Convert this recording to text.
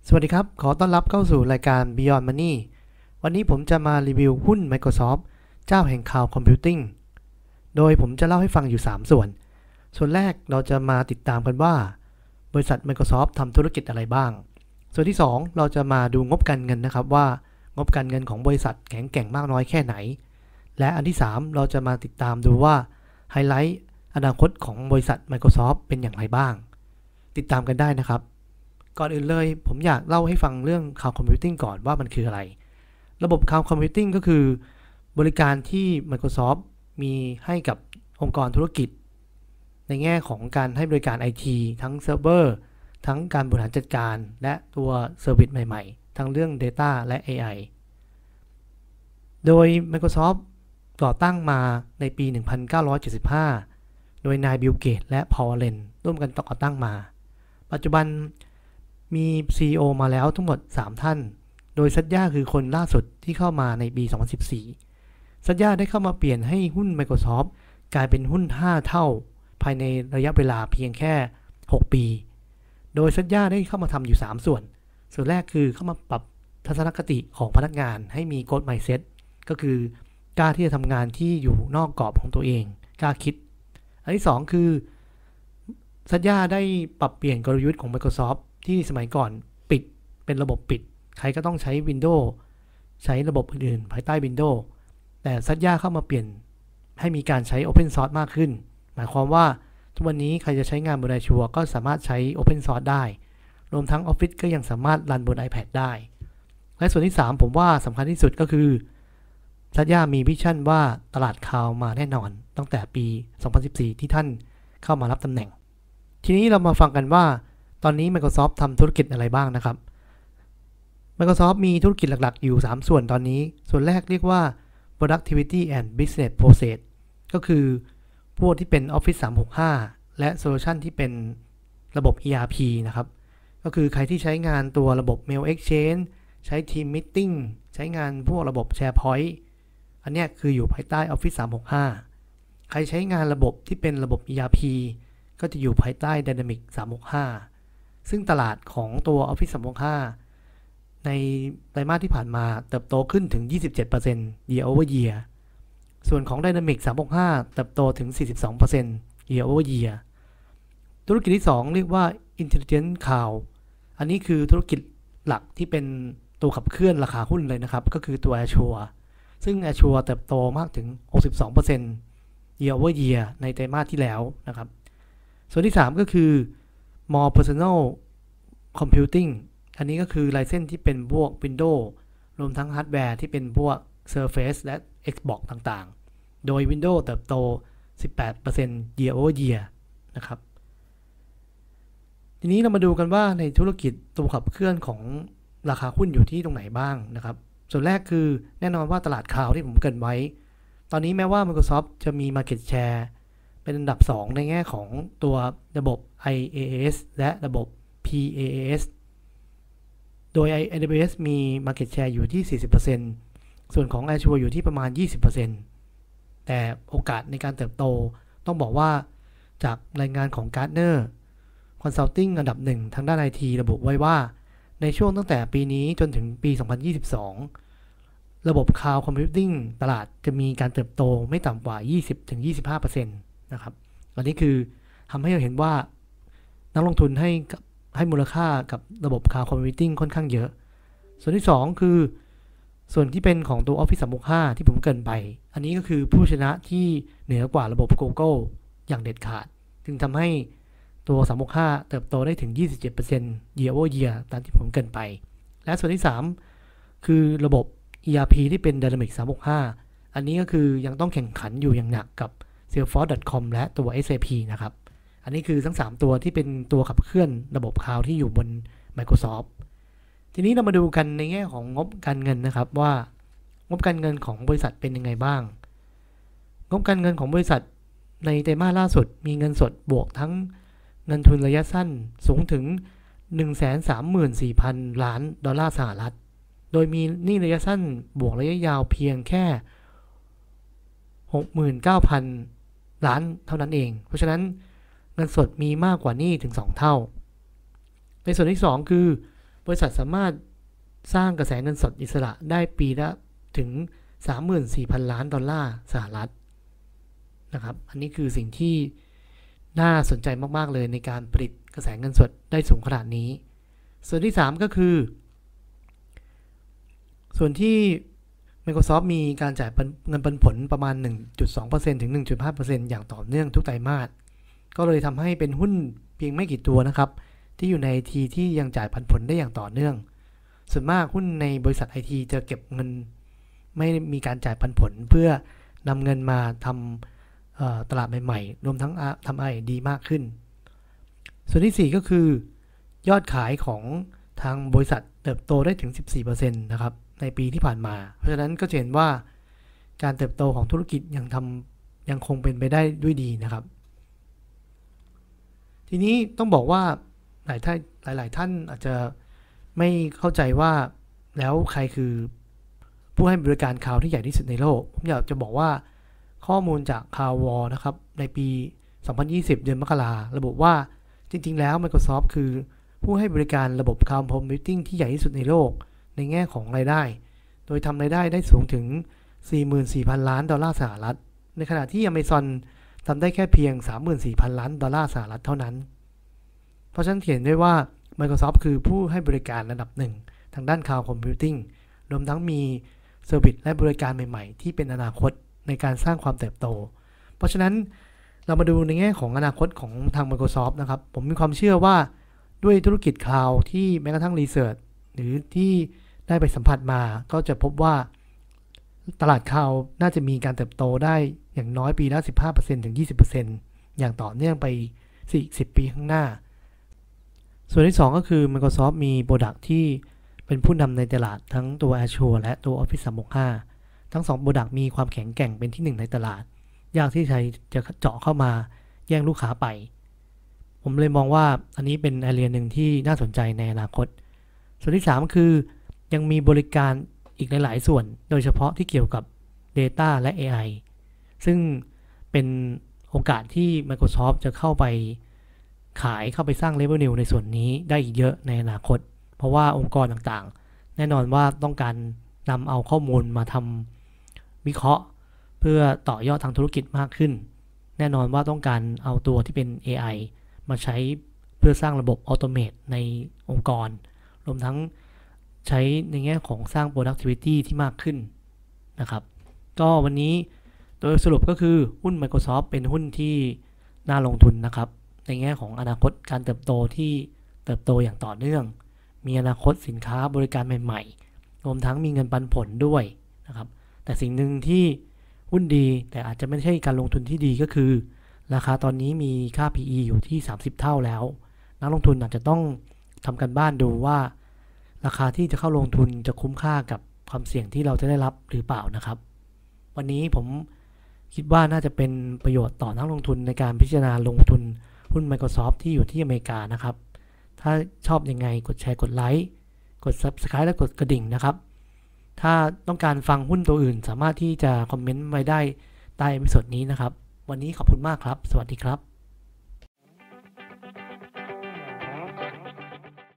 สวัสดีครับขอต้อนรับเข้าสู่รายการ Beyond Money วันนี้ผมจะมารีวิวหุ้น Microsoft เจ้าแห่ง Cloud Computing โดยผมจะเล่าให้ฟังอยู่3ส่วนแรกเราจะมาติดตามกันว่าบริษัท Microsoft ทำธุรกิจอะไรบ้างส่วนที่2เราจะมาดูงบการเงินนะครับว่างบการเงินของบริษัทแข็งแกร่งมากน้อยแค่ไหนและอันที่3เราจะมาติดตามดูว่าไฮไลท์อนาคตของบริษัท Microsoft เป็นอย่างไรบ้างติดตามกันได้นะครับก่อนอื่นเลยผมอยากเล่าให้ฟังเรื่อง Cloud Computing ก่อนว่ามันคืออะไรระบบ Cloud Computing ก็คือบริการที่ Microsoft มีให้กับองค์กรธุรกิจในแง่ของการให้บริการ IT ทั้งเซิร์ฟเวอร์ทั้งการบริหารจัดการและตัวเซอร์วิสใหม่ๆทั้งเรื่อง Data และ AI โดย Microsoft ก่อตั้งมาในปี 1975 โดยนายบิล เกตส์และพอล เลนร่วมกันก่อตั้งมาปัจจุบันมี CEO มาแล้วทั้งหมด3ท่านโดยซัตยาคือคนล่าสุดที่เข้ามาในปี 2014 ซัตยาได้เข้ามาเปลี่ยนให้หุ้น Microsoft กลายเป็นหุ้น5เท่าภายในระยะเวลาเพียงแค่6ปีโดยซัตยาได้เข้ามาทำอยู่3ส่วนแรกคือเข้ามาปรับทัศนคติของพนักงานให้มี Growth Mindset ก็คือกล้าที่จะทำงานที่อยู่นอกกรอบของตัวเองกล้าคิดอันที่2คือซัตยาได้ปรับเปลี่ยนกลยุทธ์ของ Microsoft ที่สมัยก่อนปิดเป็นระบบปิดใครก็ต้องใช้ Windows ใช้ระบบอื่นๆภายใต้ Windows แต่ซัตยาเข้ามาเปลี่ยนให้มีการใช้ Open Source มากขึ้นหมายความว่าทุกวันนี้ใครจะใช้งานบน Azure ก็สามารถใช้ Open Source ได้รวมทั้ง Office ก็ยังสามารถรันบน iPad ได้และส่วนที่3ผมว่าสำคัญที่สุดก็คือซัตยามีวิชั่นว่าตลาดคลาวด์มาแน่นอนตั้งแต่ปี 2014 ที่ท่านเข้ามารับตำแหน่งทีนี้เรามาฟังกันว่าตอนนี้ Microsoft ทำธุรกิจอะไรบ้างนะครับ Microsoft มีธุรกิจหลักๆอยู่3ส่วนตอนนี้ส่วนแรกเรียกว่า Productivity and Business Process ก็คือพวกที่เป็น Office 365 และโซลูชันที่เป็นระบบ ERP นะครับก็คือใครที่ใช้งานตัวระบบ Mail Exchange ใช้ Team Meeting ใช้งานพวกระบบ SharePoint อันนี้คืออยู่ภายใต้ Office 365 ใครใช้งานระบบที่เป็นระบบ ERP ก็จะอยู่ภายใต้ Dynamics 365 ซึ่งตลาดของตัว Office 365 ในไตรมาสที่ผ่านมาเติบโตขึ้นถึง 27% year over year ส่วนของ Dynamics 365 เติบโตถึง 42% year over year ธุรกิจที่2เรียกว่า Intelligent Cloud อันนี้คือธุรกิจหลักที่เป็นตัวขับเคลื่อนราคาหุ้นเลยนะครับก็คือตัว Azure ซึ่ง Azure เติบโตมากถึง 62% year over year ในไตรมาสที่แล้วนะครับส่วนที่3ก็คือ more personal computing อันนี้ก็คือไลเซนส์ที่เป็นพวก Windows รวมทั้งฮาร์ดแวร์ที่เป็นพวก Surface และ Xbox ต่างๆโดย Windows เติบโต 18% year over year นะครับทีนี้เรามาดูกันว่าในธุรกิจตัวขับเคลื่อนของราคาหุ้นอยู่ที่ตรงไหนบ้างนะครับส่วนแรกคือแน่นอนว่าตลาดคลาวด์ที่ผมเกริ่นไว้ตอนนี้แม้ว่า Microsoft จะมี Market Share เป็นอันดับ2ในแง่ของตัวระบบ IaaS และระบบ PaaS โดย AWS มี Market Share อยู่ที่ 40% ส่วนของ Azure อยู่ที่ประมาณ 20% แต่โอกาสในการเติบโตต้องบอกว่าจากรายงานของ Gartner Consulting อันดับ1ทางด้าน IT ระบุไว้ว่าในช่วงตั้งแต่ปีนี้จนถึงปี 2022 ระบบ Cloud Computing ตลาดจะมีการเติบโตไม่ต่ำกว่า 20-25% นะครับอันนี้คือทำให้เราเห็นว่านักลงทุนให้มูลค่ากับระบบ Cloud Computing ค่อนข้างเยอะส่วนที่2คือส่วนที่เป็นของตัว Office 365 ที่ผมเกริ่นไปอันนี้ก็คือผู้ชนะที่เหนือกว่าระบบ Google อย่างเด็ดขาดจึงทำให้ตัว365เติบโตได้ถึง 27% year over year ตามที่ผมเกริ่นไปและส่วนที่3คือระบบ ERP ที่เป็น Dynamics 365 อันนี้ก็คือยังต้องแข่งขันอยู่อย่างหนักกับ Salesforce.com และตัว SAP นะครับอันนี้คือทั้ง3ตัวที่เป็นตัวขับเคลื่อนระบบคลาวด์ที่อยู่บน Microsoft ทีนี้เรามาดูกันในแง่ของงบการเงินนะครับว่างบการเงินของบริษัทเป็นยังไงบ้างงบการเงินของบริษัทในไตรมาสล่าสุดมีเงินสดบวกทั้งเงินทุนระยะสั้นสูงถึง 134,000 ล้านดอลลาร์สหรัฐโดยมีหนี้ระยะสั้นบวกระยะยาวเพียงแค่ 69,000 ล้านเท่านั้นเองเพราะฉะนั้นเงินสดมีมากกว่าหนี้ถึง2เท่าในส่วนที่2คือบริษัทสามารถสร้างกระแสเงินสดอิสระได้ปีละถึง 34,000 ล้านดอลลาร์สหรัฐนะครับอันนี้คือสิ่งที่น่าสนใจมากๆเลยในการผลิตกระแสเงินสดได้สูงขนาดนี้ส่วนที่3ก็คือส่วนที่ Microsoft มีการจ่ายเงินปันผลประมาณ 1.2% ถึง 1.5% อย่างต่อเนื่องทุกไตรมาสก็เลยทำให้เป็นหุ้นเพียงไม่กี่ตัวนะครับที่อยู่ใน IT ที่ยังจ่ายปันผลได้อย่างต่อเนื่องส่วนมากหุ้นในบริษัท IT จะเก็บเงินไม่มีการจ่ายปันผลเพื่อนำเงินมาทำตลาดใหม่ๆรวมทั้งทำ R&D มากขึ้นส่วนที่4ก็คือยอดขายของทางบริษัทเติบโตได้ถึง 14% นะครับในปีที่ผ่านมาเพราะฉะนั้นก็จะเห็นว่าการเติบโตของธุรกิจยังคงเป็นไปได้ด้วยดีนะครับทีนี้ต้องบอกว่าหลายท่านอาจจะไม่เข้าใจว่าแล้วใครคือผู้ให้บริการคลาวด์ที่ใหญ่ที่สุดในโลกผมอยากจะบอกว่าข้อมูลจาก CloudWall นะครับในปี 2020 เดือนมกราระบุว่าจริงๆแล้ว Microsoft คือผู้ให้บริการระบบ Cloud Computing ที่ใหญ่ที่สุดในโลกในแง่ของรายได้โดยทำรายได้ได้สูงถึง 44,000 ล้านดอลลาร์สหรัฐในขณะที่ Amazon ทำได้แค่เพียง 34,000 ล้านดอลลาร์สหรัฐเท่านั้นเพราะฉะนั้นเห็นได้ว่า Microsoft คือผู้ให้บริการระดับหนึ่งทางด้าน Cloud Computing รวมทั้งมีเซอร์วิสและบริการใหม่ๆที่เป็นอนาคตในการสร้างความเติบโตเพราะฉะนั้นเรามาดูในแง่ของอนาคตของทาง Microsoft นะครับผมมีความเชื่อว่าด้วยธุรกิจ Cloud ที่แม้กระทั่ง Research หรือที่ได้ไปสัมผัสมาก็จะพบว่าตลาด Cloud น่าจะมีการเติบโตได้อย่างน้อยปีละ 15% ถึง 20% อย่างต่อเนื่องไป10 ปีข้างหน้าส่วนที่2ก็คือ Microsoft มี Product ที่เป็นผู้นำในตลาดทั้งตัว Azure และตัว Office 365 ทั้ง2 Product มีความแข็งแกร่งเป็นที่1ในตลาดยากที่ใครจะเจาะเข้ามาแย่งลูกค้าไปผมเลยมองว่าอันนี้เป็นแอเรียหนึ่งที่น่าสนใจในอนาคตส่วนที่3คือยังมีบริการอีกหลายๆส่วนโดยเฉพาะที่เกี่ยวกับ Data และ AI ซึ่งเป็นโอกาสที่ Microsoft จะเข้าไปเข้าไปสร้าง Revenue ในส่วนนี้ได้อีกเยอะในอนาคตเพราะว่าองค์กรต่างๆแน่นอนว่าต้องการนำเอาข้อมูลมาทำวิเคราะห์เพื่อต่อยอดทางธุรกิจมากขึ้นแน่นอนว่าต้องการเอาตัวที่เป็น AI มาใช้เพื่อสร้างระบบออโตเมตในองค์กรรวมทั้งใช้ในแง่ของสร้าง productivity ที่มากขึ้นนะครับก็วันนี้โดยสรุปก็คือหุ้น Microsoft เป็นหุ้นที่น่าลงทุนนะครับในแง่ของอนาคตการเติบโตที่เติบโตอย่างต่อเนื่องมีอนาคตสินค้าบริการใหม่ๆรวมทั้งมีเงินปันผลด้วยนะครับแต่สิ่งหนึ่งที่หุ้นดีแต่อาจจะไม่ใช่การลงทุนที่ดีก็คือราคาตอนนี้มีค่า PE อยู่ที่30 เท่าแล้วนักลงทุนอาจจะต้องทำการบ้านดูว่าราคาที่จะเข้าลงทุนจะคุ้มค่ากับความเสี่ยงที่เราจะได้รับหรือเปล่านะครับวันนี้ผมคิดว่าน่าจะเป็นประโยชน์ต่อนักลงทุนในการพิจารณาลงทุนหุ้น Microsoft ที่อยู่ที่อเมริกานะครับถ้าชอบยังไงกดแชร์กดไลค์กด Subscribe และกดกระดิ่งนะครับถ้าต้องการฟังหุ้นตัวอื่นสามารถที่จะคอมเมนต์ไว้ได้ใต้เอพิโซดนี้นะครับวันนี้ขอบคุณมากครับสวัสดีครับ